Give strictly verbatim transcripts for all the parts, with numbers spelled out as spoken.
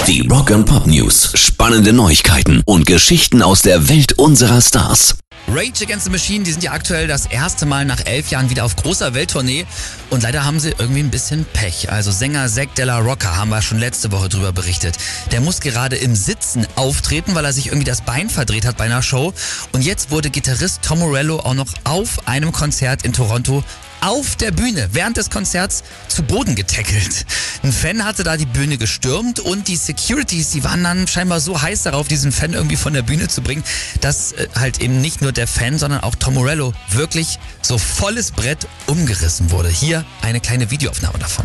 Die Rock and Pop News. Spannende Neuigkeiten und Geschichten aus der Welt unserer Stars. Rage Against the Machine, die sind ja aktuell das erste Mal nach elf Jahren wieder auf großer Welttournee und leider haben sie irgendwie ein bisschen Pech. Also Sänger Zack de la Rocca, haben wir schon letzte Woche drüber berichtet. Der muss gerade im Sitzen auftreten, weil er sich irgendwie das Bein verdreht hat bei einer Show. Und jetzt wurde Gitarrist Tom Morello auch noch auf einem Konzert in Toronto auf der Bühne während des Konzerts zu Boden getackelt. Ein Fan hatte da die Bühne gestürmt und die Securities, die waren dann scheinbar so heiß darauf, diesen Fan irgendwie von der Bühne zu bringen, dass äh, halt eben nicht nur der Fan, sondern auch Tom Morello wirklich so volles Brett umgerissen wurde. Hier eine kleine Videoaufnahme davon.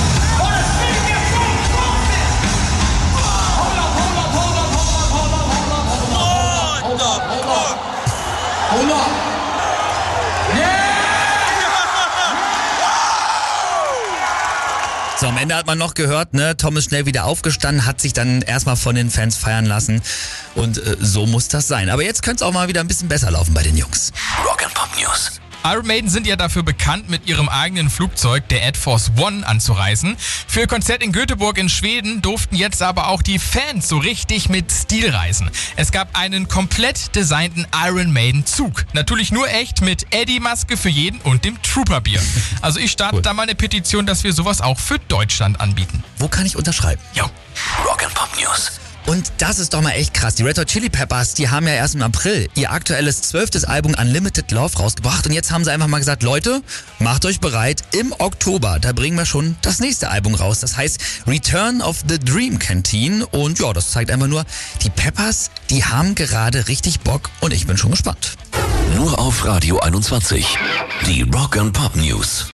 So, am Ende hat man noch gehört, ne, Tom ist schnell wieder aufgestanden, hat sich dann erstmal von den Fans feiern lassen und äh, so muss das sein. Aber jetzt könnte es auch mal wieder ein bisschen besser laufen bei den Jungs. Rock and Pop News. Iron Maiden sind ja dafür bekannt, mit ihrem eigenen Flugzeug, der Air Force One, anzureisen. Für ihr Konzert in Göteborg in Schweden durften jetzt aber auch die Fans so richtig mit Stil reisen. Es gab einen komplett designten Iron Maiden Zug. Natürlich nur echt, mit Eddie-Maske für jeden und dem Trooper-Bier. Also ich starte Cool. da mal eine Petition, dass wir sowas auch für Deutschland anbieten. Wo kann ich unterschreiben? Jo. Rock and Pop News. Und das ist doch mal echt krass. Die Red Hot Chili Peppers, die haben ja erst im April ihr aktuelles zwölftes Album Unlimited Love rausgebracht. Und jetzt haben sie einfach mal gesagt, Leute, macht euch bereit. Im Oktober, da bringen wir schon das nächste Album raus. Das heißt Return of the Dream Canteen. Und ja, das zeigt einfach nur, die Peppers, die haben gerade richtig Bock. Und ich bin schon gespannt. Nur auf Radio einundzwanzig. Die Rock and Pop News.